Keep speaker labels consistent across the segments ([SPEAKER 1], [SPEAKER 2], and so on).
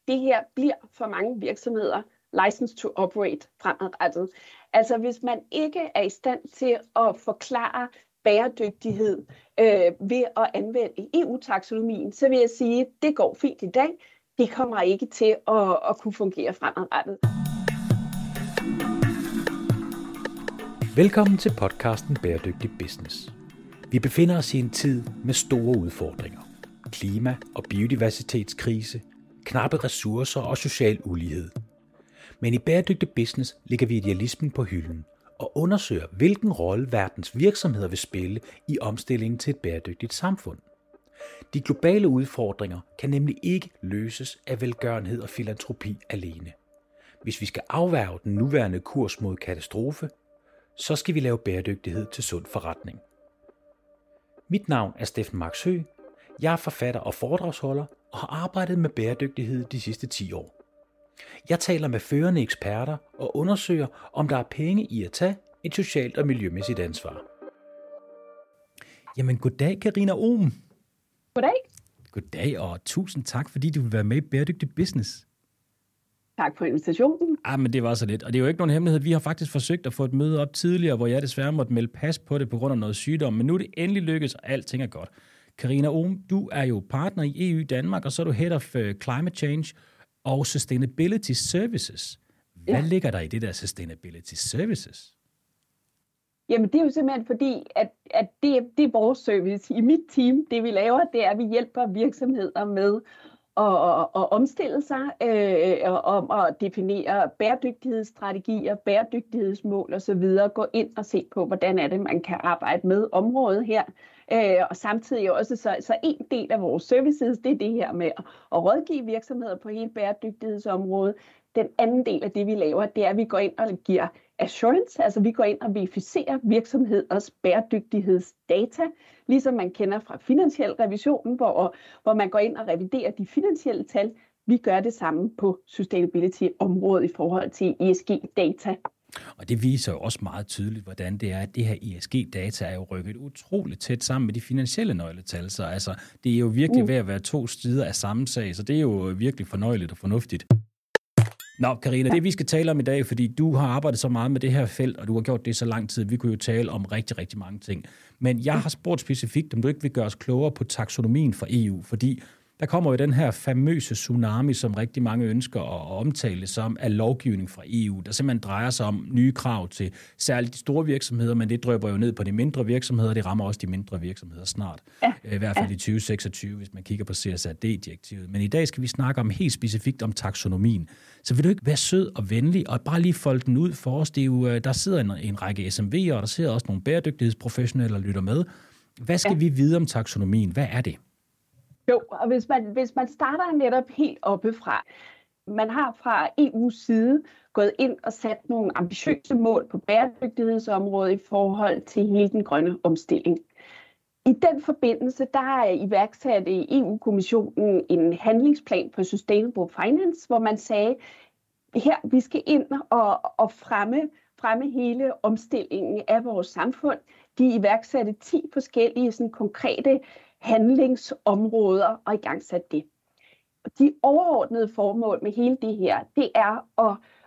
[SPEAKER 1] det her bliver for mange virksomheder license to operate fremadrettet. Altså hvis man ikke er i stand til at forklare bæredygtighed ved at anvende EU-taksonomien, så vil jeg sige, at det går fint i dag. Det kommer ikke til at kunne fungere fremadrettet.
[SPEAKER 2] Velkommen til podcasten Bæredygtig Business. Vi befinder os i en tid med store udfordringer. Klima- og biodiversitetskrise, knappe ressourcer og social ulighed. Men i Bæredygtig Business lægger vi idealismen på hylden og undersøger, hvilken rolle verdens virksomheder vil spille i omstillingen til et bæredygtigt samfund. De globale udfordringer kan nemlig ikke løses af velgørenhed og filantropi alene. Hvis vi skal afværge den nuværende kurs mod katastrofe, så skal vi lave bæredygtighed til sund forretning. Mit navn er Steffen Marksø. Jeg er forfatter og foredragsholder og har arbejdet med bæredygtighed de sidste 10 år. Jeg taler med førende eksperter og undersøger, om der er penge i at tage et socialt og miljømæssigt ansvar. Jamen goddag, Karina Ohm.
[SPEAKER 1] Goddag.
[SPEAKER 2] Goddag, og tusind tak, fordi du vil være med i Bæredygtig Business.
[SPEAKER 1] Tak for invitationen.
[SPEAKER 2] Men det var så lidt, og det er jo ikke nogen hemmelighed. Vi har faktisk forsøgt at få et møde op tidligere, hvor jeg desværre måtte melde pas på det på grund af noget sygdom, men nu er det endelig lykkedes, og alting er godt. Karina Ohm, du er jo partner i EU Danmark, og så er du Head of Climate Change og Sustainability Services. Hvad ligger der i det der Sustainability Services?
[SPEAKER 1] Jamen det er jo simpelthen fordi, at det er vores service i mit team. Det vi laver, det er, at vi hjælper virksomheder med at omstille sig og at definere bæredygtighedsstrategier, bæredygtighedsmål osv. Gå ind og se på, hvordan er det, man kan arbejde med området her. Og samtidig også, så en del af vores services, det er det her med at rådgive virksomheder på hele bæredygtighedsområdet. Den anden del af det, vi laver, det er, at vi går ind og giver assurance, altså vi går ind og verificerer virksomheders bæredygtighedsdata, ligesom man kender fra finansiel revision, hvor man går ind og reviderer de finansielle tal. Vi gør det samme på sustainability-området i forhold til ESG-data.
[SPEAKER 2] Og det viser jo også meget tydeligt, hvordan det er, at det her ESG-data er jo rykket utroligt tæt sammen med de finansielle nøgletal. Så altså, det er jo virkelig ved at være to sider af samme sag, så det er jo virkelig fornøjeligt og fornuftigt. Nå, Karina, det vi skal tale om i dag, fordi du har arbejdet så meget med det her felt, og du har gjort det så lang tid, vi kunne jo tale om rigtig, rigtig mange ting. Men jeg har spurgt specifikt, om du ikke vil gøre os klogere på taksonomien for EU, fordi der kommer jo den her famøse tsunami, som rigtig mange ønsker at omtale som af lovgivning fra EU, der simpelthen drejer sig om nye krav til særligt de store virksomheder, men det drøber jo ned på de mindre virksomheder, det rammer også de mindre virksomheder snart. I hvert fald i 2026, hvis man kigger på CSRD-direktivet. Men i dag skal vi snakke om helt specifikt om taksonomien. Så vil du ikke være sød og venlig, og bare lige folde den ud for os? Det er jo, der sidder en række SMV'er, og der sidder også nogle bæredygtighedsprofessionelle, der lytter med. Hvad skal vi vide om taksonomien? Hvad er det?
[SPEAKER 1] Jo, og hvis man starter netop helt oppefra, man har fra EU's side gået ind og sat nogle ambitiøse mål på bæredygtighedsområdet i forhold til hele den grønne omstilling. I den forbindelse, der er iværksat EU-kommissionen en handlingsplan for Sustainable Finance, hvor man sagde, her vi skal ind og fremme hele omstillingen af vores samfund. De iværksatte 10 forskellige sådan, konkrete handlingsområder og igangsat det. De overordnede formål med hele det her, det er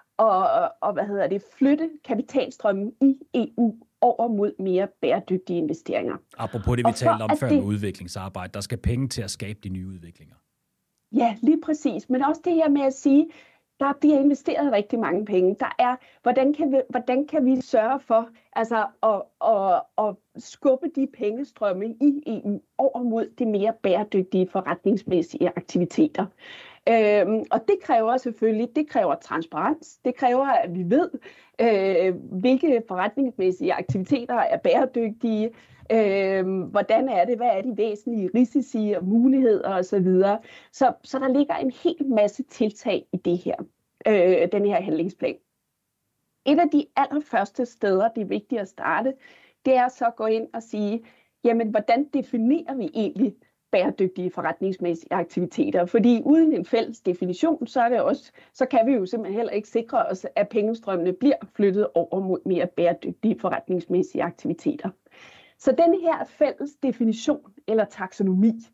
[SPEAKER 1] at flytte kapitalstrømmen i EU over mod mere bæredygtige investeringer.
[SPEAKER 2] Apropos det, vi talte om før med udviklingsarbejde, der skal penge til at skabe de nye udviklinger. Ja,
[SPEAKER 1] lige præcis. Men også det her med at sige, der bliver investeret rigtig mange penge. Der er, hvordan kan vi sørge for altså, at skubbe de pengestrømme i EU over mod de mere bæredygtige forretningsmæssige aktiviteter. Og det kræver selvfølgelig, transparens. Det kræver, at vi ved, hvilke forretningsmæssige aktiviteter er bæredygtige. Hvordan er det? Hvad er de væsentlige risici og muligheder osv.? Så der ligger en hel masse tiltag i det her, den her handlingsplan. Et af de allerførste steder, det er vigtigt at starte, det er så at gå ind og sige, jamen hvordan definerer vi egentlig bæredygtige forretningsmæssige aktiviteter? Fordi uden en fælles definition, så kan vi jo simpelthen heller ikke sikre os, at pengestrømmene bliver flyttet over mod mere bæredygtige forretningsmæssige aktiviteter. Så den her fælles definition eller taksonomi,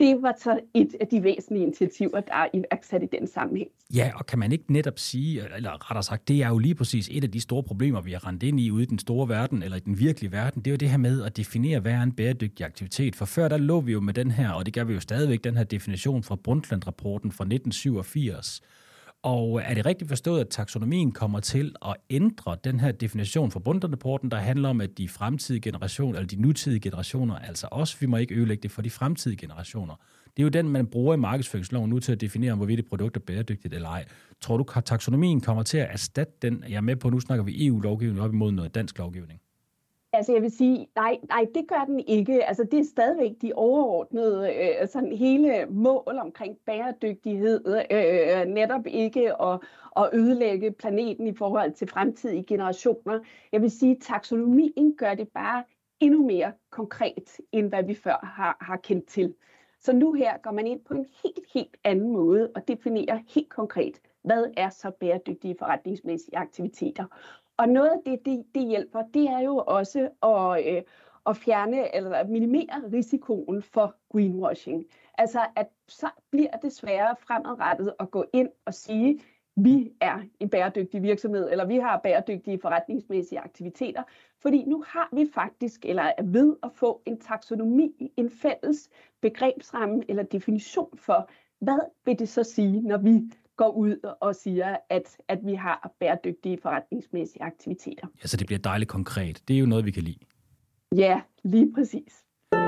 [SPEAKER 1] Det var så et af de væsentlige initiativer, der er iværksat i den sammenhæng.
[SPEAKER 2] Ja, og kan man ikke netop sige, eller rettere sagt, det er jo lige præcis et af de store problemer, vi har rendt ind i ude i den store verden, eller i den virkelige verden, det er jo det her med at definere, hvad er en bæredygtig aktivitet. For før der lå vi jo med den her, og det gør vi jo stadigvæk, den her definition fra Brundtland-rapporten fra 1987. Og er det rigtigt forstået, at taksonomien kommer til at ændre den her definition fra Brundtland-rapporten, der handler om, at de fremtidige generationer, eller de nutidige generationer, altså os, vi må ikke ødelægge det for de fremtidige generationer. Det er jo den, man bruger i markedsføringsloven nu til at definere, hvorvidt et produkt er bæredygtigt eller ej. Tror du, at taksonomien kommer til at erstatte den? Jeg er med på, nu snakker vi EU-lovgivning op imod noget dansk lovgivning.
[SPEAKER 1] Altså jeg vil sige, nej, det gør den ikke. Altså det er stadigvæk de overordnede sådan hele mål omkring bæredygtighed, netop ikke at ødelægge planeten i forhold til fremtidige generationer. Jeg vil sige, taksonomien gør det bare endnu mere konkret, end hvad vi før har kendt til. Så nu her går man ind på en helt anden måde og definerer helt konkret, hvad er så bæredygtige forretningsmæssige aktiviteter. Og noget af det hjælper, det er jo også at fjerne eller at minimere risikoen for greenwashing. Altså at så bliver det sværere fremadrettet at gå ind og sige, vi er en bæredygtig virksomhed, eller vi har bæredygtige forretningsmæssige aktiviteter, fordi nu har vi faktisk, eller er ved at få en taksonomi, en fælles begrebsramme eller definition for, hvad vil det så sige, når vi går ud og siger, at vi har bæredygtige forretningsmæssige aktiviteter.
[SPEAKER 2] Ja, så det bliver dejligt konkret. Det er jo noget, vi kan lide.
[SPEAKER 1] Ja, lige præcis.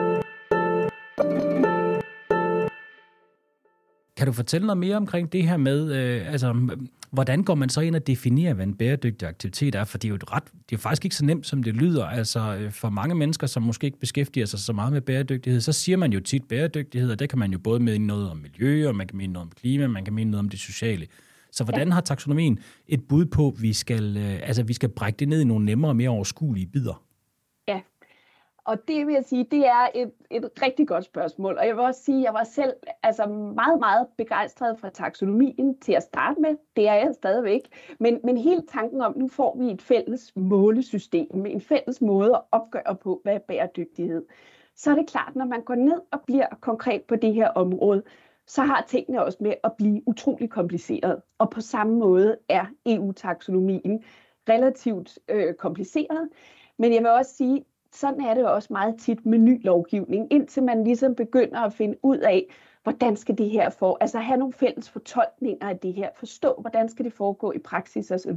[SPEAKER 2] Kan du fortælle noget mere omkring det her med, hvordan går man så ind og definerer, hvad en bæredygtig aktivitet er? For det er jo faktisk ikke så nemt, som det lyder. Altså for mange mennesker, som måske ikke beskæftiger sig så meget med bæredygtighed, så siger man jo tit bæredygtighed, og det kan man jo både mene noget om miljø, og man kan mene noget om klima, man kan mene noget om det sociale. Så hvordan har taksonomien et bud på, at vi skal brække det ned i nogle nemmere og mere overskuelige bidder?
[SPEAKER 1] Ja. Og det vil jeg sige, det er et rigtig godt spørgsmål. Og jeg vil også sige, at jeg var selv meget, meget begejstret for taksonomien til at starte med. Det er jeg stadigvæk. Men hele tanken om, nu får vi et fælles målesystem, en fælles måde at opgøre på, hvad er bæredygtighed. Så er det klart, når man går ned og bliver konkret på det her område, så har tingene også med at blive utrolig kompliceret. Og på samme måde er EU-taksonomien relativt kompliceret. Men jeg vil også sige, sådan er det også meget tit med ny lovgivning, indtil man ligesom begynder at finde ud af, hvordan skal det her have nogle fælles fortolkninger af det her, forstå, hvordan skal det foregå i praksis osv.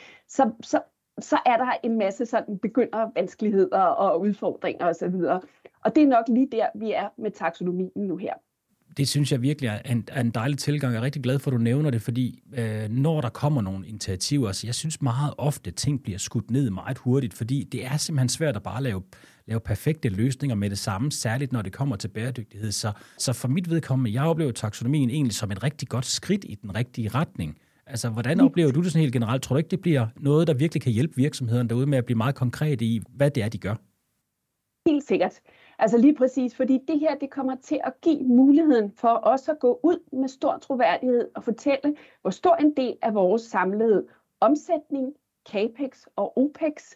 [SPEAKER 1] Så er der en masse sådan begyndervanskeligheder og udfordringer osv. Og det er nok lige der, vi er med taksonomien nu her.
[SPEAKER 2] Det synes jeg virkelig er en dejlig tilgang. Jeg er rigtig glad for, at du nævner det, fordi når der kommer nogle initiativer, så jeg synes meget ofte, at ting bliver skudt ned meget hurtigt, fordi det er simpelthen svært at bare lave perfekte løsninger med det samme, særligt når det kommer til bæredygtighed. Så for mit vedkommende, jeg oplever taksonomien egentlig som et rigtig godt skridt i den rigtige retning. Altså, hvordan oplever du det sådan helt generelt? Tror du ikke, det bliver noget, der virkelig kan hjælpe virksomhederne derude med at blive meget konkrete i, hvad det er, de gør?
[SPEAKER 1] Helt sikkert. Altså lige præcis, fordi det her, det kommer til at give muligheden for os at gå ud med stor troværdighed og fortælle, hvor stor en del af vores samlede omsætning, CAPEX og OPEX,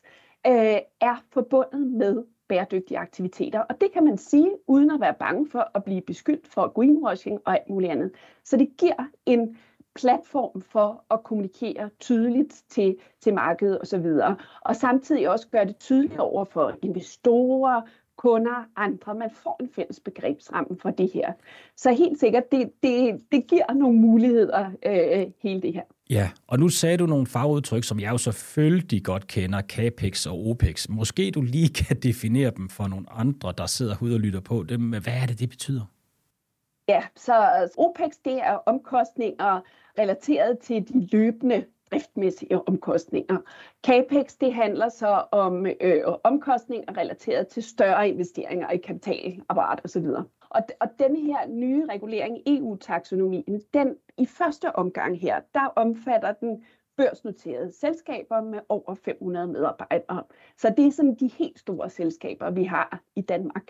[SPEAKER 1] er forbundet med bæredygtige aktiviteter. Og det kan man sige, uden at være bange for at blive beskyldt for greenwashing og alt muligt andet. Så det giver en platform for at kommunikere tydeligt til markedet osv. Og samtidig også gøre det tydeligt over for investorer, kunder, andre. Man får en fælles begrebsramme for det her. Så helt sikkert, det giver nogle muligheder, hele det her.
[SPEAKER 2] Ja, og nu sagde du nogle fagudtryk, som jeg jo selvfølgelig godt kender, CAPEX og OPEX. Måske du lige kan definere dem for nogle andre, der sidder ude og lytter på dem. Hvad er det betyder?
[SPEAKER 1] Ja, så OPEX, det er omkostninger relateret til de løbende driftmæssige omkostninger. CAPEX, det handler så om omkostninger relateret til større investeringer i kapitalapparat osv. Og denne her nye regulering, EU-taksonomien, den i første omgang her, der omfatter den børsnoterede selskaber med over 500 medarbejdere. Så det er sådan de helt store selskaber, vi har i Danmark.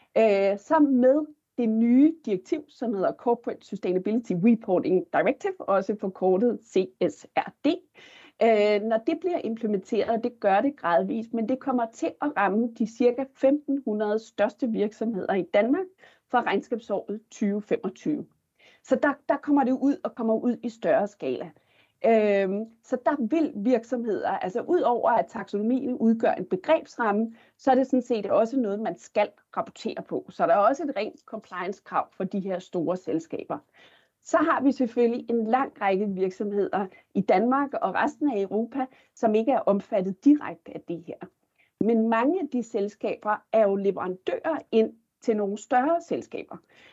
[SPEAKER 1] Så med det nye direktiv, som hedder Corporate Sustainability Reporting Directive, også forkortet CSRD. Når det bliver implementeret, det gør det gradvist, men det kommer til at ramme de ca. 1.500 største virksomheder i Danmark for regnskabsåret 2025. Så der kommer det ud og kommer ud i større skala. Så der vil virksomheder, altså ud over at taksonomien udgør en begrebsramme, så er det sådan set også noget, man skal rapportere på. Så der er også et rent compliance-krav for de her store selskaber. Så har vi selvfølgelig en lang række virksomheder i Danmark og resten af Europa, som ikke er omfattet direkte af det her. Men mange af de selskaber er jo leverandører ind til nogle større selskaber.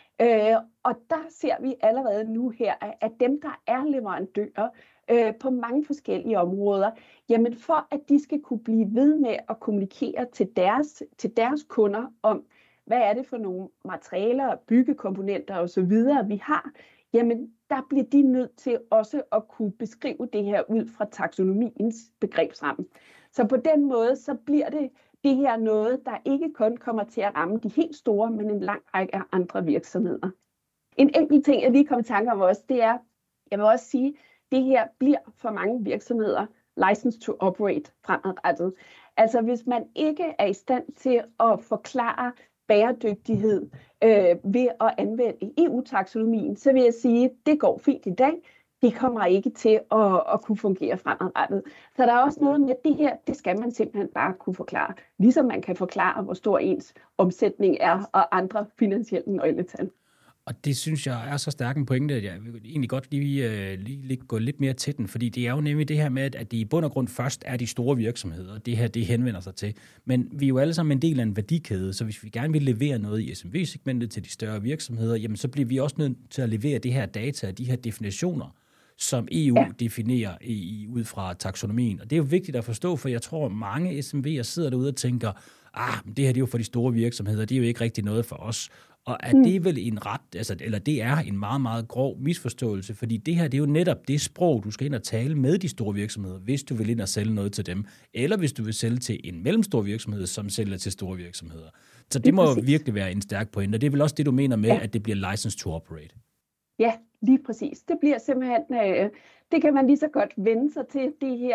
[SPEAKER 1] Og der ser vi allerede nu her, at dem, der er leverandører på mange forskellige områder, jamen for at de skal kunne blive ved med at kommunikere til deres kunder om, hvad er det for nogle materialer, byggekomponenter osv. vi har, jamen der bliver de nødt til også at kunne beskrive det her ud fra taksonomiens begrebsramme. Så på den måde, så bliver det her noget, der ikke kun kommer til at ramme de helt store, men en lang række af andre virksomheder. En enkelt ting, jeg lige kom i tanke om også, det er, jeg vil også sige, det her bliver for mange virksomheder license to operate fremadrettet. Altså hvis man ikke er i stand til at forklare bæredygtighed ved at anvende EU-taksonomien, så vil jeg sige, at det går fint i dag. Det kommer ikke til at kunne fungere fremadrettet. Så der er også noget med det her, det skal man simpelthen bare kunne forklare. Ligesom man kan forklare, hvor stor ens omsætning er og andre finansielle nøgletal.
[SPEAKER 2] Og det synes jeg er så stærk en pointe, at jeg vil egentlig godt lige gå lidt mere til den, fordi det er jo nemlig det her med, at det i bund og grund først er de store virksomheder, det her det henvender sig til. Men vi er jo alle sammen en del af en værdikæde, så hvis vi gerne vil levere noget i SMV-segmentet til de større virksomheder, jamen så bliver vi også nødt til at levere det her data, de her definitioner, som EU definerer ud fra taksonomien. Og det er jo vigtigt at forstå, for jeg tror, mange SMV'er sidder derude og tænker, det her det er jo for de store virksomheder, det er jo ikke rigtig noget for os. Og at det er vel det er en meget, meget grov misforståelse, fordi det her det er jo netop det sprog, du skal ind og tale med de store virksomheder, hvis du vil ind og sælge noget til dem, eller hvis du vil sælge til en mellemstor virksomhed, som sælger til store virksomheder. Så det må jo virkelig være en stærk pointe, og det er vel også det, du mener med, at det bliver license to operate.
[SPEAKER 1] Ja, lige præcis. Det bliver simpelthen, det kan man lige så godt vende sig til,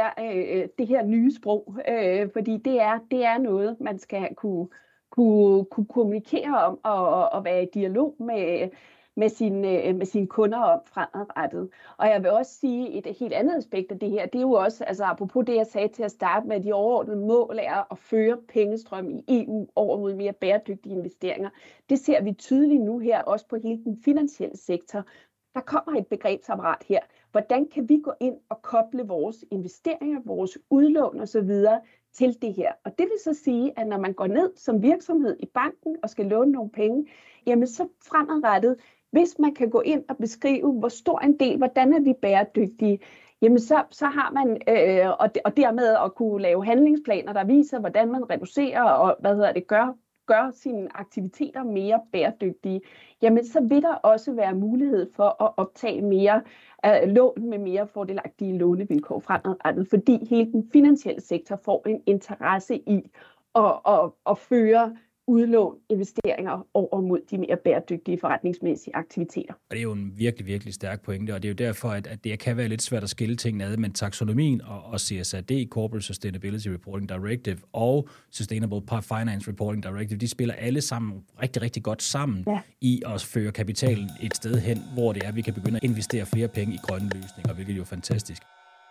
[SPEAKER 1] det her nye sprog, fordi det er noget, man skal kunne kommunikere om og være i dialog med sine kunder om fremadrettet. Og jeg vil også sige, et helt andet aspekt af det her, det er jo også, altså apropos det, jeg sagde til at starte med, de overordnede mål er at føre pengestrøm i EU over mod mere bæredygtige investeringer. Det ser vi tydeligt nu her, også på hele den finansielle sektor. Der kommer et begrebsapparat her. Hvordan kan vi gå ind og koble vores investeringer, vores udlån osv. til det her? Og det vil så sige, at når man går ned som virksomhed i banken og skal låne nogle penge, jamen så fremadrettet, hvis man kan gå ind og beskrive, hvor stor en del, hvordan er vi bæredygtige, jamen så har man, og dermed at kunne lave handlingsplaner, der viser, hvordan man reducerer og gør sine aktiviteter mere bæredygtige, jamen så vil der også være mulighed for at optage mere lån med mere fordelagtige lånevilkår fremadrettet, fordi hele den finansielle sektor får en interesse i at føre udlån, investeringer over mod de mere bæredygtige forretningsmæssige aktiviteter.
[SPEAKER 2] Og det er jo en virkelig, virkelig stærk pointe, og det er jo derfor, at det kan være lidt svært at skille tingene ad, men taksonomien og CSRD, Corporate Sustainability Reporting Directive, og Sustainable Finance Reporting Directive, de spiller alle sammen rigtig, rigtig godt sammen i at føre kapitalen et sted hen, hvor det er, vi kan begynde at investere flere penge i grønne løsninger, hvilket jo er fantastisk.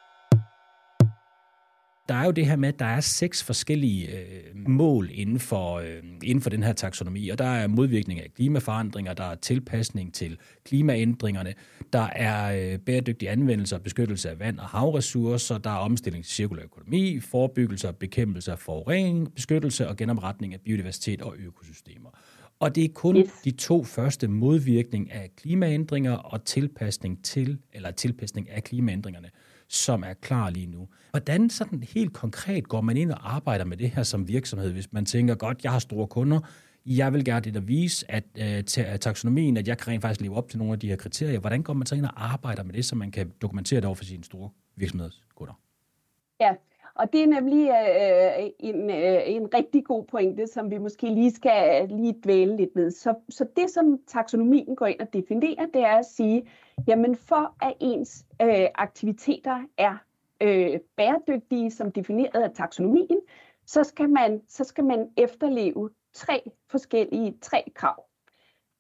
[SPEAKER 2] Der er jo det her med, at der er 6 forskellige mål inden for den her taksonomi, og der er modvirkning af klimaforandringer, der er tilpasning til klimaændringerne, der er bæredygtig anvendelse og beskyttelse af vand- og havressourcer, der er omstilling til cirkulær økonomi, forebyggelse og bekæmpelse af forurening, beskyttelse og genopretning af biodiversitet og økosystemer. Og det er kun de 2 første, modvirkning af klimaændringer og tilpasning af klimaændringerne, som er klar lige nu. Hvordan sådan helt konkret går man ind og arbejder med det her som virksomhed, hvis man tænker, godt, jeg har store kunder, jeg vil gerne det at vise, at taksonomien, at jeg kan rent faktisk leve op til nogle af de her kriterier. Hvordan går man så ind og arbejder med det, så man kan dokumentere det over for sine store virksomhedskunder?
[SPEAKER 1] Ja, og det er nemlig en rigtig god pointe, som vi måske lige skal dvæle lidt ved. Så det, som taksonomien går ind og definerer, det er at sige, jamen for at ens aktiviteter er bæredygtige, som defineret af taksonomien, så skal man efterleve 3 krav.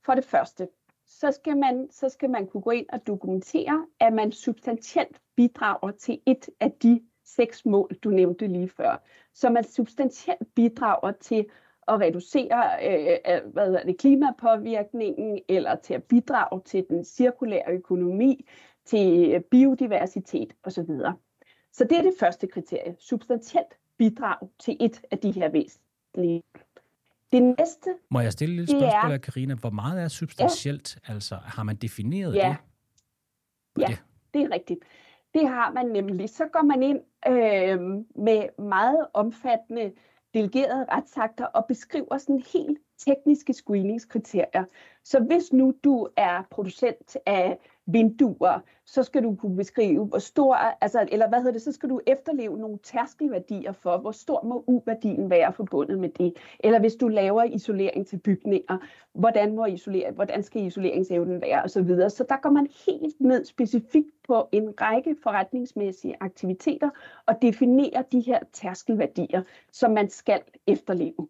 [SPEAKER 1] for det første, så skal man kunne gå ind og dokumentere, at man substantielt bidrager til et af de 6 mål, du nævnte lige før. Så man substantielt bidrager til at reducere klimapåvirkningen, eller til at bidrage til den cirkulære økonomi, til biodiversitet osv. Så det er det første kriterie. Substantielt bidrag til et af de her væsentlige. Det næste...
[SPEAKER 2] Må jeg stille et lille spørgsmål af Karina? Hvor meget er substantielt? Ja. Altså, har man defineret det?
[SPEAKER 1] Ja, det er rigtigt. Det har man nemlig. Så går man ind med meget omfattende delegerede retsakter og beskriver sådan helt tekniske screeningskriterier. Så hvis nu du er producent af vinduer, så skal du kunne beskrive, hvor stor, så skal du efterleve nogle tærskelværdier for, hvor stor må U-værdien være forbundet med det. Eller hvis du laver isolering til bygninger, hvordan skal isoleringsevnen være osv. Så der går man helt ned specifikt på en række forretningsmæssige aktiviteter og definerer de her tærskelværdier, som man skal efterleve.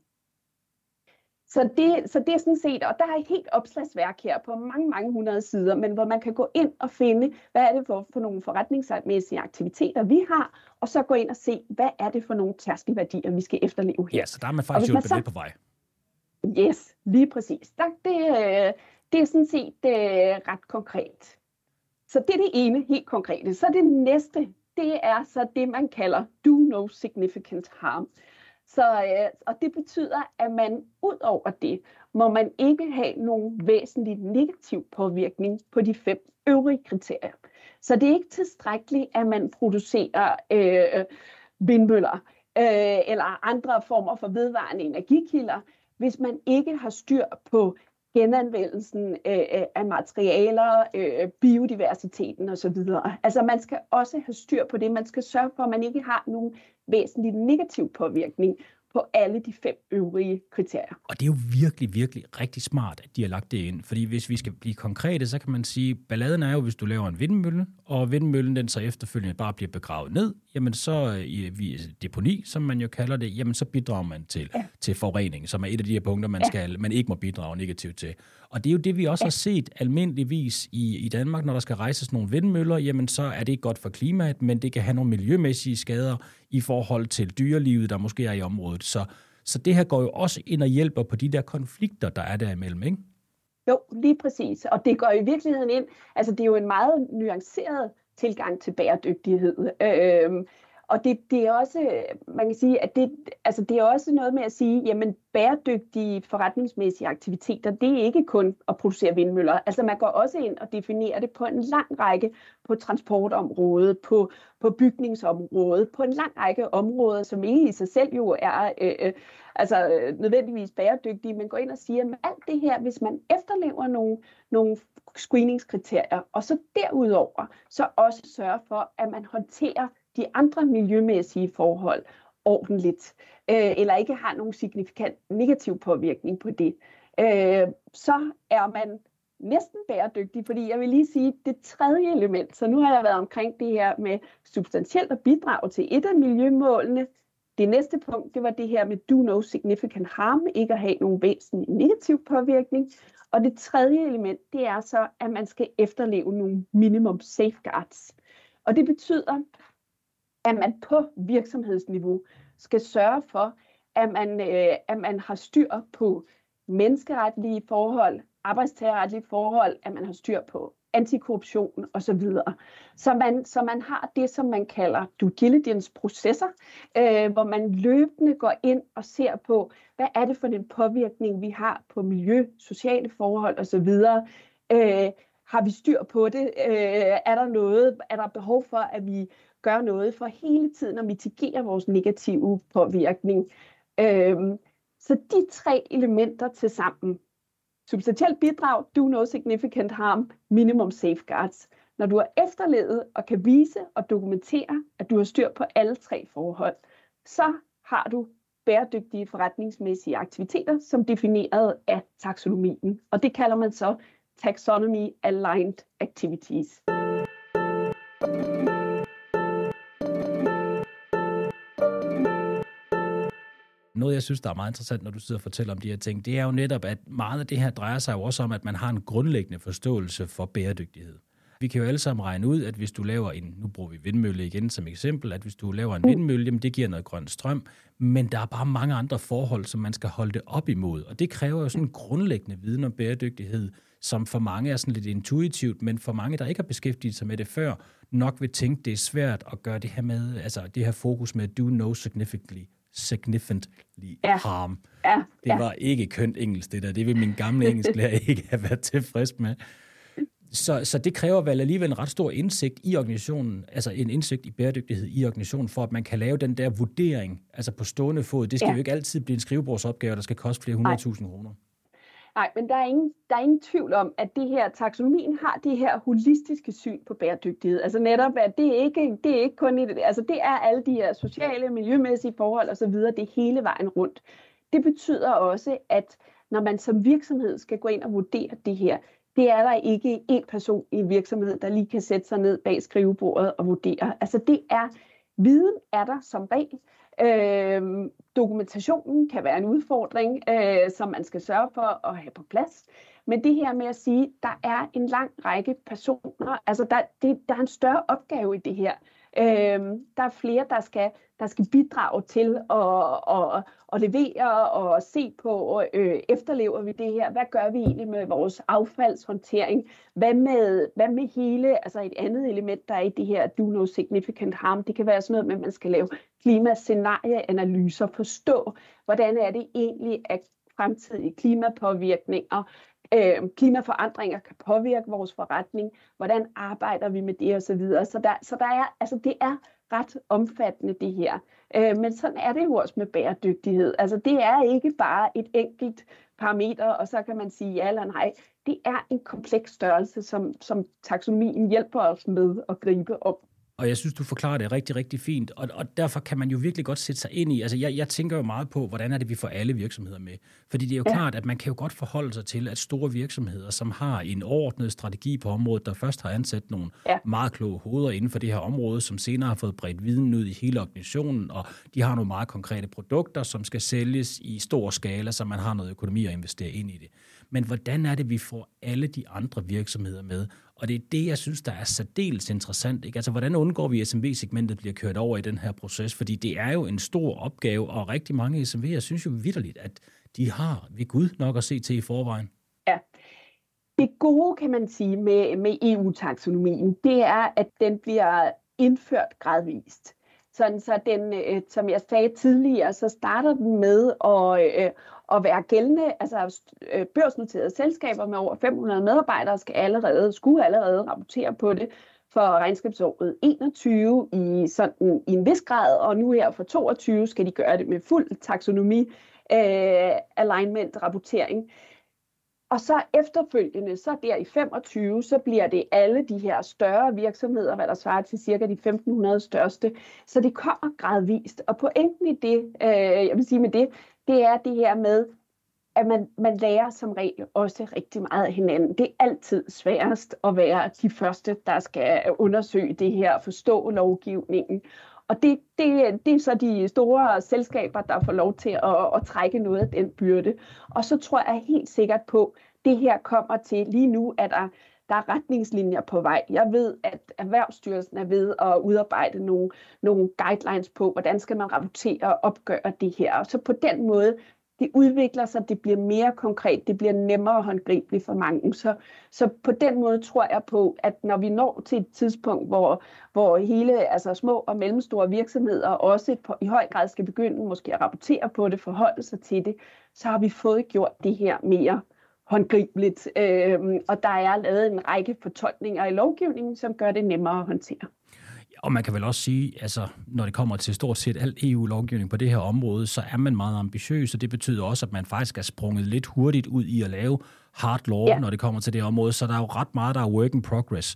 [SPEAKER 1] Så det er sådan set, og der er et helt opslagsværk her på mange hundrede sider, men hvor man kan gå ind og finde, hvad er det for nogle forretningsmæssige aktiviteter, vi har, og så gå ind og se, hvad er det for nogle tærskelværdier, vi skal efterleve her.
[SPEAKER 2] Ja, så der er man faktisk hjulpet lidt på vej.
[SPEAKER 1] Yes, lige præcis. Det er sådan set ret konkret. Så det er det ene helt konkrete. Så det næste, det er så det, man kalder do no significant harm. Og det betyder, at man ud over det, må man ikke have nogen væsentlig negativ påvirkning på de 5 øvrige kriterier. Så det er ikke tilstrækkeligt, at man producerer vindmøller eller andre former for vedvarende energikilder, hvis man ikke har styr på genanvendelsen af materialer, biodiversiteten osv. Altså man skal også have styr på det. Man skal sørge for, at man ikke har nogen væsentlig negativ påvirkning på alle de 5 øvrige kriterier.
[SPEAKER 2] Og det er jo virkelig, virkelig rigtig smart, at de har lagt det ind. Fordi hvis vi skal blive konkrete, så kan man sige, balladen er jo, hvis du laver en vindmølle, og vindmøllen den så efterfølgende bare bliver begravet ned, jamen så i deponi, som man jo kalder det, jamen så bidrager man til forurening, som er et af de her punkter, man ikke må bidrage negativt til. Og det er jo det, vi også har set almindeligvis i Danmark, når der skal rejses nogle vindmøller, jamen så er det ikke godt for klimaet, men det kan have nogle miljømæssige skader i forhold til dyrelivet, der måske er i området. Så det her går jo også ind og hjælper på de der konflikter, der er derimellem, ikke?
[SPEAKER 1] Jo, lige præcis. Og det går i virkeligheden ind, altså det er jo en meget nuanceret tilgang til bæredygtighed. Og det er også, man kan sige, at det er også noget med at sige, jamen bæredygtige forretningsmæssige aktiviteter, det er ikke kun at producere vindmøller. Altså man går også ind og definerer det på en lang række, på transportområdet, på bygningsområdet, på en lang række områder, som ikke i sig selv jo er nødvendigvis bæredygtige, men går ind og siger, at alt det her, hvis man efterlever nogle screeningskriterier, og så derudover så også sørger for, at man håndterer de andre miljømæssige forhold ordentligt, eller ikke har nogen signifikant negativ påvirkning på det, så er man næsten bæredygtig, fordi jeg vil lige sige, det tredje element, så nu har jeg været omkring det her med substantielt at bidrage til et af miljømålene. Det næste punkt, det var det her med do no significant harm, ikke at have nogen væsentlig negativ påvirkning. Og det tredje element, det er så, at man skal efterleve nogle minimum safeguards. Og det betyder, at man på virksomhedsniveau skal sørge for, at man har styr på menneskeretlige forhold, arbejdstagerretlige forhold, at man har styr på antikorruption osv. Så man har det, som man kalder due diligence-processer, hvor man løbende går ind og ser på, hvad er det for en påvirkning, vi har på miljø, sociale forhold osv. Har vi styr på det? Er der behov for, at vi gør noget for hele tiden at mitigere vores negative påvirkning? Så de 3 elementer til sammen, substantielt bidrag, do no significant harm, minimum safeguards. Når du har efterlevet og kan vise og dokumentere, at du har styr på alle 3 forhold, så har du bæredygtige forretningsmæssige aktiviteter, som defineret af taksonomien. Og det kalder man så taxonomy aligned activities.
[SPEAKER 2] Noget, jeg synes, der er meget interessant, når du sidder og fortæller om de her ting, det er jo netop, at meget af det her drejer sig jo også om, at man har en grundlæggende forståelse for bæredygtighed. Vi kan jo alle sammen regne ud, at hvis du laver nu bruger vi vindmølle igen som eksempel, at hvis du laver en vindmølle, jamen det giver noget grøn strøm, men der er bare mange andre forhold, som man skal holde det op imod. Og det kræver jo sådan en grundlæggende viden om bæredygtighed, som for mange er sådan lidt intuitivt, men for mange, der ikke har beskæftiget sig med det før, nok vil tænke, det er svært at gøre det her med, altså det her fokus med do no significantly harm. Det var ikke kønt engelsk, det der. Det vil min gamle engelsklærer ikke have været tilfreds med. Så det kræver vel alligevel en ret stor indsigt i organisationen, altså en indsigt i bæredygtighed i organisationen, for at man kan lave den der vurdering, altså på stående fod. Det skal jo ikke altid blive en skrivebordsopgave, der skal koste flere 100.000 kroner.
[SPEAKER 1] Nej, men der er ingen tvivl om, at det her taksonomien har det her holistiske syn på bæredygtighed. Altså netop, at det er ikke kun altså det er alle de her sociale, miljømæssige forhold osv., det er hele vejen rundt. Det betyder også, at når man som virksomhed skal gå ind og vurdere det her, det er der ikke en person i en virksomhed, der lige kan sætte sig ned bag skrivebordet og vurdere. Altså viden er der som regel. Dokumentationen kan være en udfordring, som man skal sørge for at have på plads. Men det her med at sige, at der er en lang række personer, altså der er en større opgave i det her. Der er flere, der skal bidrage til at levere og se på, efterlever vi det her? Hvad gør vi egentlig med vores affaldshåndtering? Hvad med hele, altså et andet element, der er i det her do no significant harm, det kan være sådan noget med, at man skal lave klimascenarieanalyser, forstå, hvordan er det egentlig, at fremtidige klimapåvirkninger, klimaforandringer kan påvirke vores forretning, hvordan arbejder vi med det osv. Så der er, altså det er ret omfattende det her. Men sådan er det jo også med bæredygtighed. Altså det er ikke bare et enkelt parameter, og så kan man sige ja eller nej. Det er en kompleks størrelse, som taksonomien hjælper os med at gribe om.
[SPEAKER 2] Og jeg synes, du forklarer det rigtig, rigtig fint, og derfor kan man jo virkelig godt sætte sig ind i, altså jeg tænker jo meget på, hvordan er det, vi får alle virksomheder med. Fordi det er jo klart, at man kan jo godt forholde sig til, at store virksomheder, som har en overordnet strategi på området, der først har ansat nogle meget kloge hoveder inden for det her område, som senere har fået bredt viden ud i hele organisationen, og de har nogle meget konkrete produkter, som skal sælges i stor skala, så man har noget økonomi at investere ind i det. Men hvordan er det, vi får alle de andre virksomheder med? Og det er det, jeg synes, der er særdeles interessant. Ikke? Altså, hvordan undgår vi, at SMV-segmentet bliver kørt over i den her proces? Fordi det er jo en stor opgave, og rigtig mange SMV'er synes jo vitterligt, at de har ved Gud nok at se til i forvejen.
[SPEAKER 1] Ja. Det gode, kan man sige, med EU-taksonomien, det er, at den bliver indført gradvist. Sådan, så den, som jeg sagde tidligere, så starter den med at være gældende, altså børsnoterede selskaber med over 500 medarbejdere skulle allerede rapportere på det for regnskabsåret 21 i en vis grad, og nu her for 22 skal de gøre det med fuld taksonomi, alignment, rapportering. Og så efterfølgende, så der i 25, så bliver det alle de her større virksomheder, hvad der svarer til cirka de 1.500 største. Så det kommer gradvist. Og pointen i det, jeg vil sige med det er det her med, at man lærer som regel også rigtig meget af hinanden. Det er altid sværest at være de første, der skal undersøge det her, forstå lovgivningen. Og det er så de store selskaber, der får lov til at trække noget af den byrde. Og så tror jeg helt sikkert på, at det her kommer til lige nu, at der er retningslinjer på vej. Jeg ved, at Erhvervsstyrelsen er ved at udarbejde nogle guidelines på, hvordan skal man rapportere og opgøre det her. Og så på den måde, det udvikler sig, det bliver mere konkret, det bliver nemmere håndgribeligt for mange. Så på den måde tror jeg på, at når vi når til et tidspunkt, hvor hele, altså små og mellemstore virksomheder også i høj grad skal begynde måske at rapportere på det, forholde sig til det, så har vi fået gjort det her mere håndgribeligt. Og der er lavet en række fortolkninger i lovgivningen, som gør det nemmere at håndtere.
[SPEAKER 2] Og man kan vel også sige, altså når det kommer til stort set alt EU-lovgivning på det her område, så er man meget ambitiøs, og det betyder også, at man faktisk er sprunget lidt hurtigt ud i at lave hard law, når det kommer til det område. Så der er jo ret meget, der er work in progress.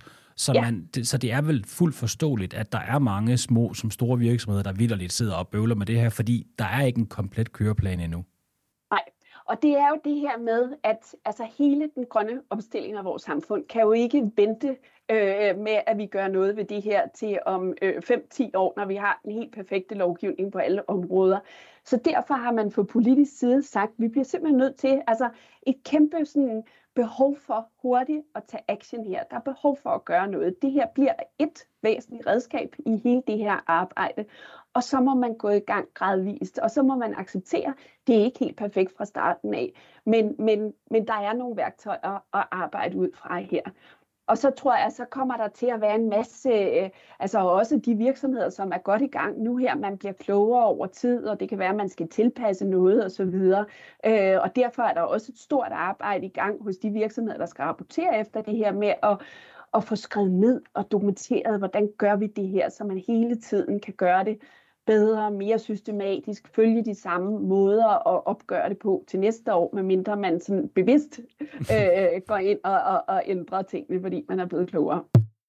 [SPEAKER 2] Så det er vel fuldt forståeligt, at der er mange små som store virksomheder, der vitterligt sidder og bøvler med det her, fordi der er ikke en komplet køreplan endnu.
[SPEAKER 1] Nej, Og det er jo det her med, at altså, hele den grønne omstilling af vores samfund kan jo ikke vente med, at vi gør noget ved det her til om 5-10 år, når vi har en helt perfekte lovgivning på alle områder. Så derfor har man fra politisk side sagt, at vi bliver simpelthen nødt til altså et kæmpe sådan, behov for hurtigt at tage action her. Der er behov for at gøre noget. Det her bliver et væsentligt redskab i hele det her arbejde. Og så må man gå i gang gradvist, og så må man acceptere, det er ikke helt perfekt fra starten af, men der er nogle værktøjer at arbejde ud fra her. Og så tror jeg, så kommer der til at være en masse, altså også de virksomheder, som er godt i gang nu her, man bliver klogere over tid, og det kan være, at man skal tilpasse noget osv. Og derfor er der også et stort arbejde i gang hos de virksomheder, der skal rapportere efter det her med at få skrevet ned og dokumenteret, hvordan gør vi det her, så man hele tiden kan gøre det bedre, mere systematisk, følge de samme måder at opgøre det på til næste år, medmindre man sådan bevidst går ind og ændrer tingene, fordi man er blevet klogere.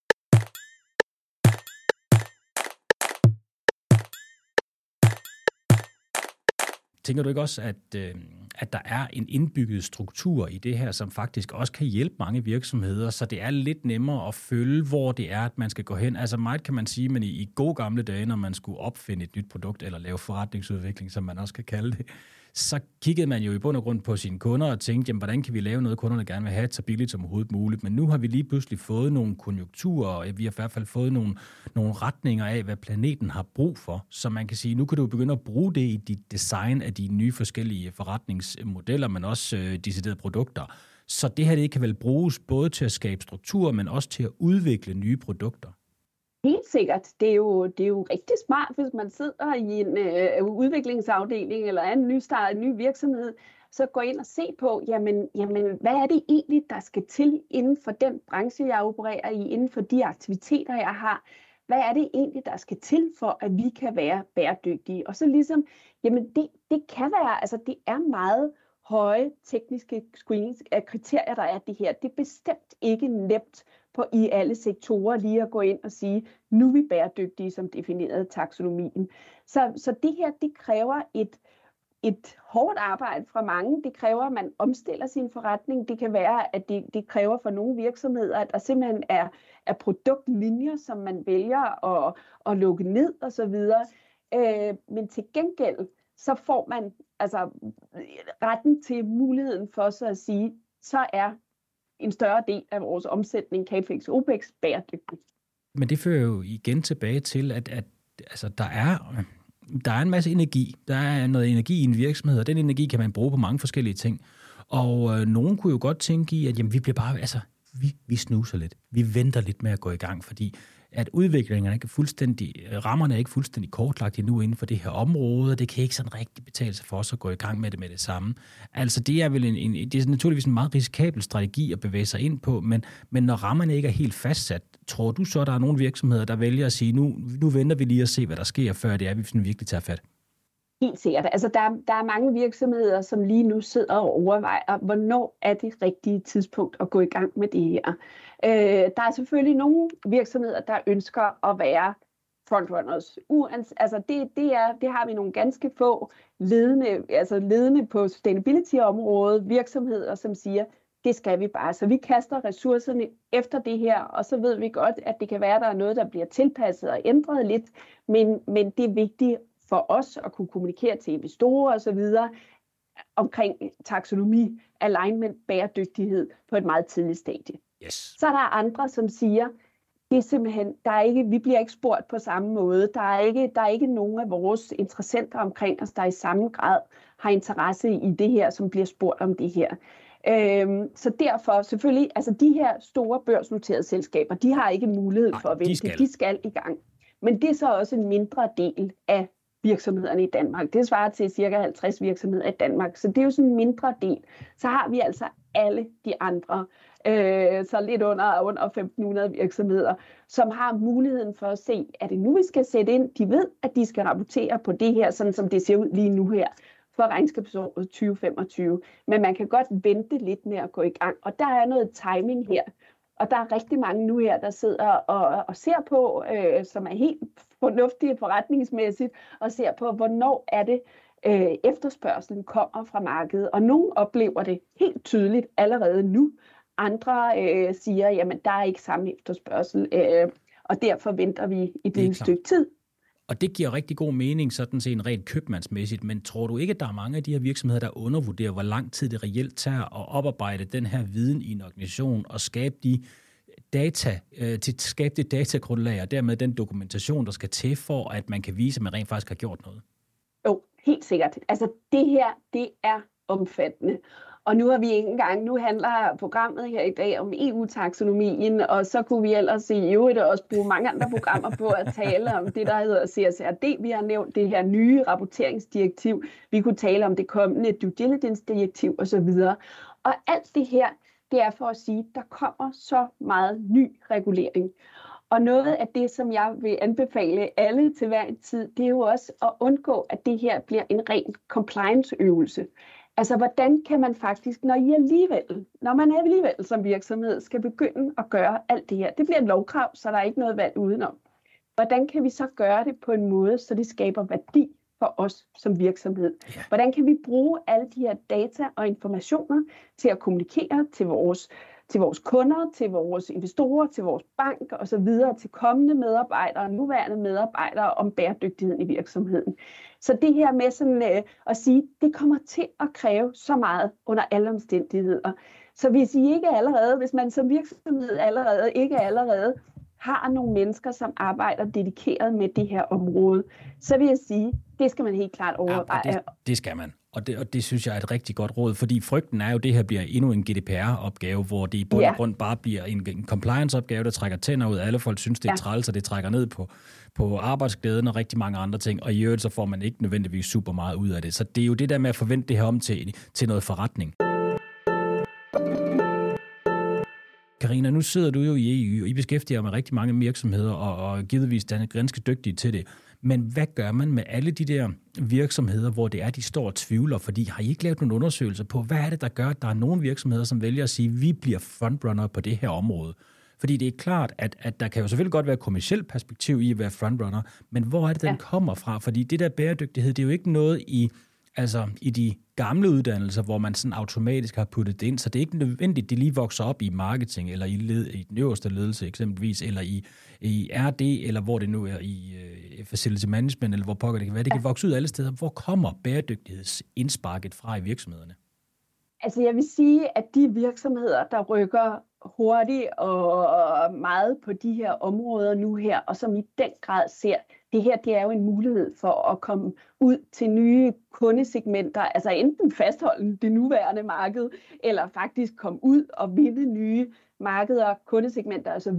[SPEAKER 2] Tænker du ikke også, at der er en indbygget struktur i det her, som faktisk også kan hjælpe mange virksomheder, så det er lidt nemmere at følge, hvor det er, at man skal gå hen? Altså meget kan man sige, men i gode gamle dage, når man skulle opfinde et nyt produkt eller lave forretningsudvikling, som man også kan kalde det, så kiggede man jo i bund og grund på sine kunder og tænkte, jamen, hvordan kan vi lave noget, kunderne gerne vil have, så billigt som overhovedet muligt. Men nu har vi lige pludselig fået nogle konjunkturer, og vi har i hvert fald fået nogle retninger af, hvad planeten har brug for. Så man kan sige, nu kan du begynde at bruge det i dit design af de nye forskellige forretningsmodeller, men også deciderede produkter. Så det her det kan vel bruges både til at skabe strukturer, men også til at udvikle nye produkter.
[SPEAKER 1] Helt sikkert. Det er jo rigtig smart, hvis man sidder i en udviklingsafdeling eller en ny virksomhed, så gå ind og se på, jamen, hvad er det egentlig, der skal til inden for den branche, jeg opererer i, inden for de aktiviteter, jeg har. Hvad er det egentlig, der skal til for, at vi kan være bæredygtige? Og så ligesom, jamen det kan være, altså det er meget høje tekniske screeningskriterier, der er det her. Det er bestemt ikke nemt i alle sektorer lige at gå ind og sige, nu er vi bæredygtige, som defineret taksonomien. Så det her, det kræver et hårdt arbejde fra mange. Det kræver, at man omstiller sin forretning. Det kan være, at det kræver for nogle virksomheder, at der simpelthen er produktlinjer, som man vælger at lukke ned osv. Men til gengæld, så får man altså retten til muligheden for så at sige, så er en større del af vores omsætning, CAPEX og OPEX, bæredygtig.
[SPEAKER 2] Men det fører jo igen tilbage til, at altså, der er en masse energi. Der er noget energi i en virksomhed, og den energi kan man bruge på mange forskellige ting. Og nogen kunne jo godt tænke i, at jamen, vi bliver bare, altså, vi snuser lidt. Vi venter lidt med at gå i gang, fordi at udviklingen er ikke fuldstændig, rammerne er ikke fuldstændig kortlagt endnu inden for det her område, og det kan ikke sådan rigtig betale sig for os at gå i gang med det samme. Altså det er vel det er naturligvis en meget risikabel strategi at bevæge sig ind på, men når rammerne ikke er helt fastsat, tror du så, der er nogle virksomheder, der vælger at sige, nu venter vi lige at se, hvad der sker, før det er, vi sådan virkelig tager fat?
[SPEAKER 1] Helt sikkert. Altså der er mange virksomheder, som lige nu sidder og overvejer, hvornår er det rigtige tidspunkt at gå i gang med det her. Der er selvfølgelig nogle virksomheder, der ønsker at være frontrunners. Altså det har vi nogle ganske få ledende på sustainability-området, virksomheder, som siger, det skal vi bare. Så vi kaster ressourcerne efter det her, og så ved vi godt, at det kan være, at der er noget, der bliver tilpasset og ændret lidt, men det er vigtigt for os at kunne kommunikere til investorer og så videre omkring taksonomi, alignment, bæredygtighed på et meget tidligt stadie.
[SPEAKER 2] Yes.
[SPEAKER 1] Så er der andre, som siger, det er simpelthen, vi bliver ikke spurgt på samme måde. Der er ikke nogen af vores interessenter omkring os, der i samme grad har interesse i det her, som bliver spurgt om det her. Så derfor selvfølgelig, altså de her store børsnoterede selskaber, de har ikke mulighed for at vente. De skal i gang. Men det er så også en mindre del af virksomhederne i Danmark. Det svarer til ca. 50 virksomheder i Danmark, så det er jo sådan en mindre del. Så har vi altså alle de andre, så lidt under 1.500 virksomheder, som har muligheden for at se, er det nu, vi skal sætte ind? De ved, at de skal rapportere på det her, sådan som det ser ud lige nu her, for regnskabsåret 2025. Men man kan godt vente lidt med at gå i gang, og der er noget timing her. Og der er rigtig mange nu her, der sidder og ser på, som er helt fornuftige forretningsmæssigt, og ser på, hvornår er det, Efterspørgselen kommer fra markedet, og nogle oplever det helt tydeligt allerede nu. Andre siger, jamen der er ikke samme efterspørgsel, og derfor venter vi i det stykke tid.
[SPEAKER 2] Og det giver rigtig god mening, sådan set rent købmandsmæssigt, men tror du ikke, at der er mange af de her virksomheder, der undervurderer, hvor lang tid det reelt tager at oparbejde den her viden i en organisation og skabe det datagrundlag og dermed den dokumentation, der skal til for, at man kan vise, at man rent faktisk har gjort noget?
[SPEAKER 1] Jo, helt sikkert. Altså det her, det er omfattende. Og nu handler programmet her i dag om EU-taksonomien, og så kunne vi ellers i øvrigt også bruge mange andre programmer på at tale om det, der hedder CSRD. Vi har nævnt det her nye rapporteringsdirektiv. Vi kunne tale om det kommende due diligence-direktiv osv. Og alt det her, det er for at sige, at der kommer så meget ny regulering. Og noget af det, som jeg vil anbefale alle til hver en tid, det er jo også at undgå, at det her bliver en ren compliance-øvelse. Altså, hvordan kan man faktisk, når man alligevel som virksomhed skal begynde at gøre alt det her, det bliver et lovkrav, så der er ikke noget valg udenom. Hvordan kan vi så gøre det på en måde, så det skaber værdi for os som virksomhed? Hvordan kan vi bruge alle de her data og informationer til at kommunikere til vores kunder, til vores investorer, til vores bank og så videre, til kommende medarbejdere og nuværende medarbejdere om bæredygtigheden i virksomheden. Så det her med sådan, at sige, det kommer til at kræve så meget under alle omstændigheder. Så hvis man som virksomhed allerede har nogle mennesker, som arbejder dedikeret med det her område, så vil jeg sige, det skal man helt klart overveje.
[SPEAKER 2] Ja, det skal man. Og det synes jeg er et rigtig godt råd, fordi frygten er jo, at det her bliver endnu en GDPR-opgave, hvor det i bund og grund bare bliver en compliance-opgave, der trækker tænder ud. Alle folk synes, det er træls, og det trækker ned på arbejdsglæden og rigtig mange andre ting. Og i øvrigt så får man ikke nødvendigvis super meget ud af det. Så det er jo det der med at forvente det her om til noget forretning. Karina, nu sidder du jo i EU, og I beskæftiger med rigtig mange virksomheder, og givetvis er ganske dygtige til det. Men hvad gør man med alle de der virksomheder, hvor det er, de står og tvivler? Fordi har I ikke lavet nogle undersøgelser på, hvad er det, der gør, at der er nogle virksomheder, som vælger at sige, at vi bliver frontrunner på det her område? Fordi det er klart, at der kan jo selvfølgelig godt være et kommercielt perspektiv i at være frontrunner, men hvor er det, den kommer fra? Fordi det der bæredygtighed, det er jo ikke noget i de gamle uddannelser, hvor man sådan automatisk har puttet det ind, så det er ikke nødvendigt, det lige vokser op i marketing, eller i den øverste ledelse eksempelvis, eller i RD, eller hvor det nu er i facility management, eller hvor pokker det kan være. Det kan vokse ud alle steder. Hvor kommer bæredygtighedsindsparket fra i virksomhederne?
[SPEAKER 1] Altså jeg vil sige, at de virksomheder, der rykker hurtigt og meget på de her områder nu her, og som i den grad ser, det her, det er jo en mulighed for at komme ud til nye kundesegmenter, altså enten fastholde det nuværende marked, eller faktisk komme ud og vinde nye markeder, kundesegmenter osv.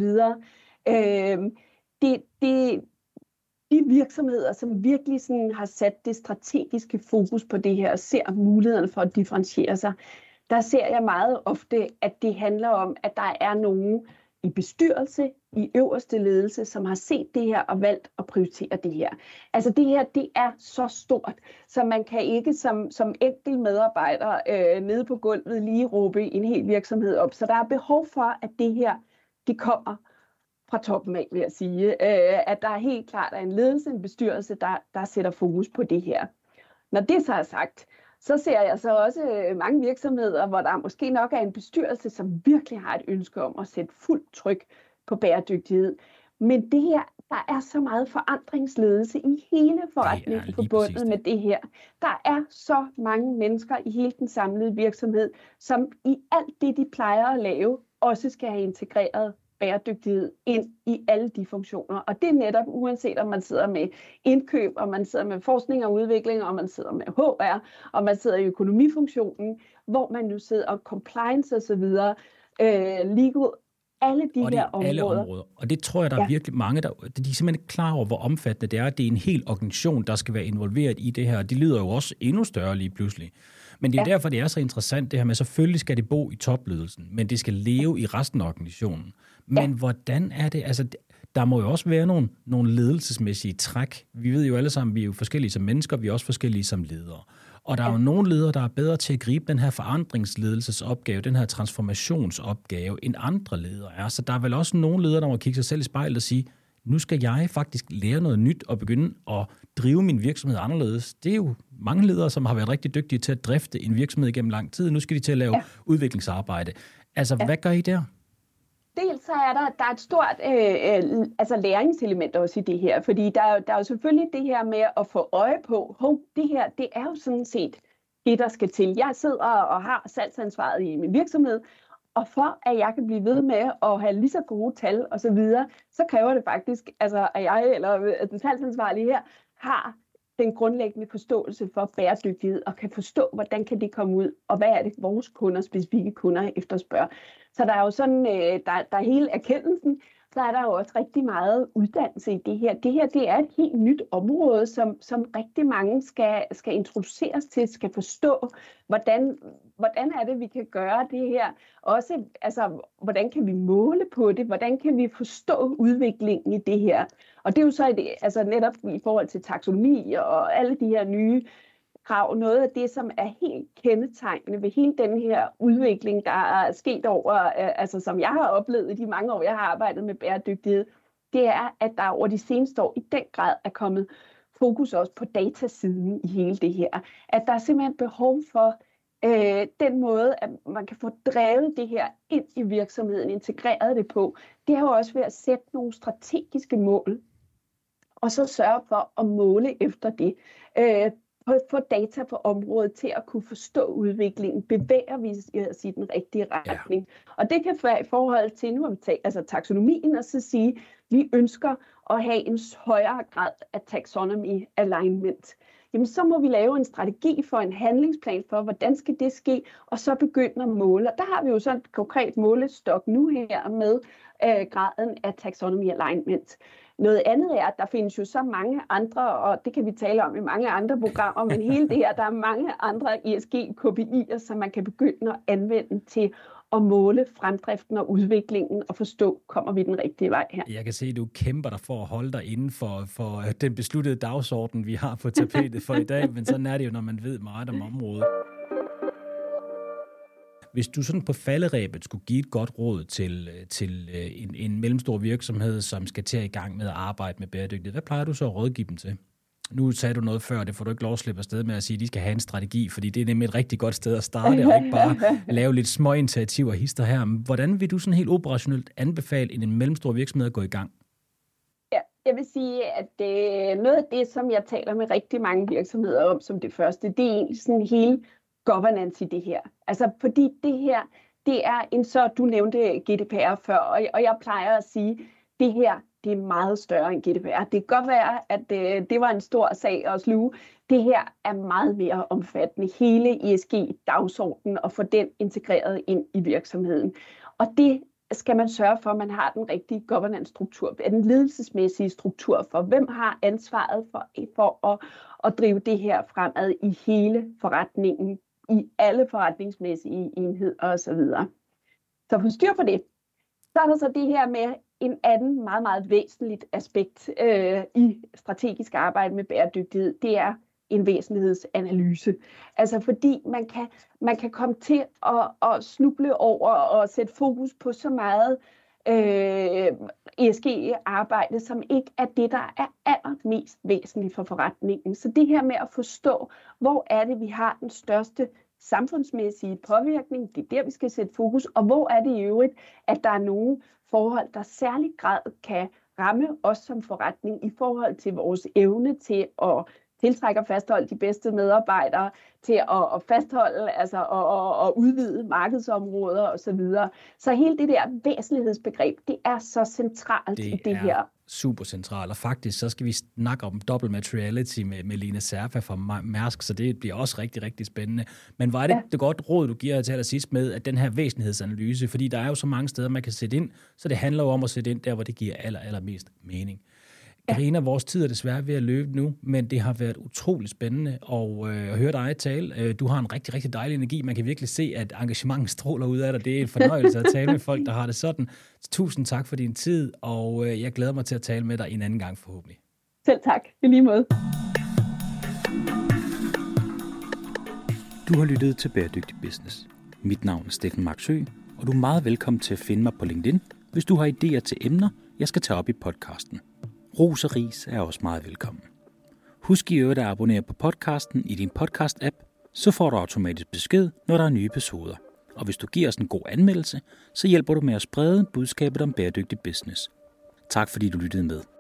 [SPEAKER 1] De virksomheder, som virkelig sådan har sat det strategiske fokus på det her, og ser mulighederne for at differentiere sig, der ser jeg meget ofte, at det handler om, at der er nogen i bestyrelse, i øverste ledelse, som har set det her og valgt at prioritere det her. Altså det her, det er så stort, så man kan ikke som enkelt medarbejder nede på gulvet lige råbe en hel virksomhed op. Så der er behov for, at det her, det kommer fra toppen af, vil jeg sige. At der helt klart er en ledelse, en bestyrelse, der sætter fokus på det her. Når det så er sagt, så ser jeg så også mange virksomheder, hvor der måske nok er en bestyrelse, som virkelig har et ønske om at sætte fuldt tryk på bæredygtighed. Men det her, der er så meget forandringsledelse i hele forretningen forbundet med det her. Der er så mange mennesker i hele den samlede virksomhed, som i alt det, de plejer at lave, også skal have integreret bæredygtighed ind i alle de funktioner. Og det er netop uanset om man sidder med indkøb, og man sidder med forskning og udvikling, og man sidder med HR, og man sidder i økonomifunktionen, hvor man nu sidder og compliance osv. Legal, alle de her områder.
[SPEAKER 2] Alle områder. Og det tror jeg, der er virkelig mange, de er simpelthen ikke klar over, hvor omfattende det er. Det er en hel organisation, der skal være involveret i det her. Det lyder jo også endnu større lige pludselig. Men det er derfor, det er så interessant det her med, selvfølgelig skal det bo i topledelsen, men det skal leve i resten af organisationen. Men hvordan er det? Altså, der må jo også være nogle ledelsesmæssige træk. Vi ved jo alle sammen, vi er jo forskellige som mennesker, vi er også forskellige som ledere. Og der er jo nogle ledere, der er bedre til at gribe den her forandringsledelsesopgave, den her transformationsopgave, end andre ledere er. Så der er vel også nogle ledere, der må kigge sig selv i spejlet og sige, nu skal jeg faktisk lære noget nyt og begynde at drive min virksomhed anderledes. Det er jo mange ledere, som har været rigtig dygtige til at drifte en virksomhed gennem lang tid. Nu skal de til at lave udviklingsarbejde. Altså, hvad gør I der?
[SPEAKER 1] Dels så er der et stort læringselement også i det her, fordi der er jo selvfølgelig det her med at få øje på, det her, det er jo sådan set det, der skal til. Jeg sidder og har salgsansvaret i min virksomhed, og for at jeg kan blive ved med at have lige så gode tal og så videre, så kræver det faktisk, at jeg eller den salgsansvarlige her har den grundlæggende forståelse for bæredygtighed og kan forstå, hvordan kan det komme ud, og hvad er det, vores kunder, specifikke kunder efterspørger. Så der er jo sådan, der er hele erkendelsen, så er der jo også rigtig meget uddannelse i det her. Det her, det er et helt nyt område, som rigtig mange skal introduceres til, skal forstå, hvordan er det, vi kan gøre det her. Også, hvordan kan vi måle på det? Hvordan kan vi forstå udviklingen i det her? Og det er jo så netop i forhold til taksonomi og alle de her nye krav, noget af det, som er helt kendetegnende ved hele den her udvikling, der er sket over, som jeg har oplevet i de mange år, jeg har arbejdet med bæredygtighed, det er, at der over de seneste år i den grad er kommet fokus også på datasiden i hele det her. At der er simpelthen behov for den måde, at man kan få drevet det her ind i virksomheden, integreret det på. Det er jo også ved at sætte nogle strategiske mål, og så sørge for at måle efter det. Få data på området til at kunne forstå udviklingen, bevæger vi os i den rigtige retning. Ja. Og det kan være i forhold til, nu har vi talt, taksonomien, og så sige, at vi ønsker at have en højere grad af taxonomy alignment. Jamen så må vi lave en strategi for en handlingsplan for, hvordan skal det ske, og så begynde at måle. Og der har vi jo så et konkret målestok nu her med graden af taxonomy alignment. Noget andet er, at der findes jo så mange andre, og det kan vi tale om i mange andre programmer, men hele det her, der er mange andre ESG-KPI'er, som man kan begynde at anvende til at måle fremdriften og udviklingen og forstå, kommer vi den rigtige vej her.
[SPEAKER 2] Jeg kan se, at du kæmper dig for at holde dig inden for den besluttede dagsorden, vi har på tapetet for i dag, men sådan er det jo, når man ved meget om området. Hvis du sådan på falderebet skulle give et godt råd til en mellemstor virksomhed, som skal til i gang med at arbejde med bæredygtighed, hvad plejer du så at rådgive dem til? Nu sagde du noget før, det får du ikke lov at slippe afsted med at sige, at de skal have en strategi, fordi det er nemlig et rigtig godt sted at starte, og ikke bare lave lidt små initiativer hister her. Men hvordan vil du sådan helt operationelt anbefale en mellemstor virksomhed at gå i gang?
[SPEAKER 1] Ja, jeg vil sige, at noget af det, som jeg taler med rigtig mange virksomheder om som det første, det er egentlig sådan hele governance i det her. Altså fordi det her, det er du nævnte GDPR før, og jeg plejer at sige, det her, det er meget større end GDPR. Det kan godt være, at det var en stor sag at sluge. Det her er meget mere omfattende. Hele ESG-dagsordenen og få den integreret ind i virksomheden. Og det skal man sørge for, at man har den rigtige governance-struktur, den ledelsesmæssige struktur for, hvem har ansvaret for at drive det her fremad i hele forretningen, i alle forretningsmæssige enheder osv. Så for styr på det, så er der så det her med en anden meget, meget væsentligt aspekt i strategisk arbejde med bæredygtighed. Det er en væsentlighedsanalyse. Altså fordi man kan komme til at snuble over og sætte fokus på så meget ESG-arbejde, som ikke er det, der er allermest væsentligt for forretningen. Så det her med at forstå, hvor er det, vi har den største samfundsmæssige påvirkning, det er der, vi skal sætte fokus, og hvor er det i øvrigt, at der er nogle forhold, der særlig grad kan ramme os som forretning i forhold til vores evne til at tiltrække og fastholde de bedste medarbejdere, til at fastholde og udvide markedsområder osv. Så hele det der væsentlighedsbegreb, det er så centralt i det her.
[SPEAKER 2] Super centralt, og faktisk så skal vi snakke om double materiality med Lene Serpa fra Mærsk, så det bliver også rigtig, rigtig spændende. Men var det det godt råd, du giver til allersidst med, at den her væsentlighedsanalyse, fordi der er jo så mange steder, man kan sætte ind, så det handler jo om at sætte ind der, hvor det giver allermest mening. Karina, vores tid er desværre ved at løbe nu, men det har været utroligt spændende at høre dig tale. Du har en rigtig, rigtig dejlig energi. Man kan virkelig se, at engagementet stråler ud af dig. Det er en fornøjelse at tale med folk, der har det sådan. Tusind tak for din tid, og jeg glæder mig til at tale med dig en anden gang forhåbentlig.
[SPEAKER 1] Selv tak. I lige måde.
[SPEAKER 2] Du har lyttet til Bæredygtig Business. Mit navn er Steffen Marksø, og du er meget velkommen til at finde mig på LinkedIn, hvis du har idéer til emner, jeg skal tage op i podcasten. Ros og ris er også meget velkommen. Husk i øvrigt at abonnere på podcasten i din podcast-app, så får du automatisk besked, når der er nye episoder. Og hvis du giver os en god anmeldelse, så hjælper du med at sprede budskabet om bæredygtig business. Tak fordi du lyttede med.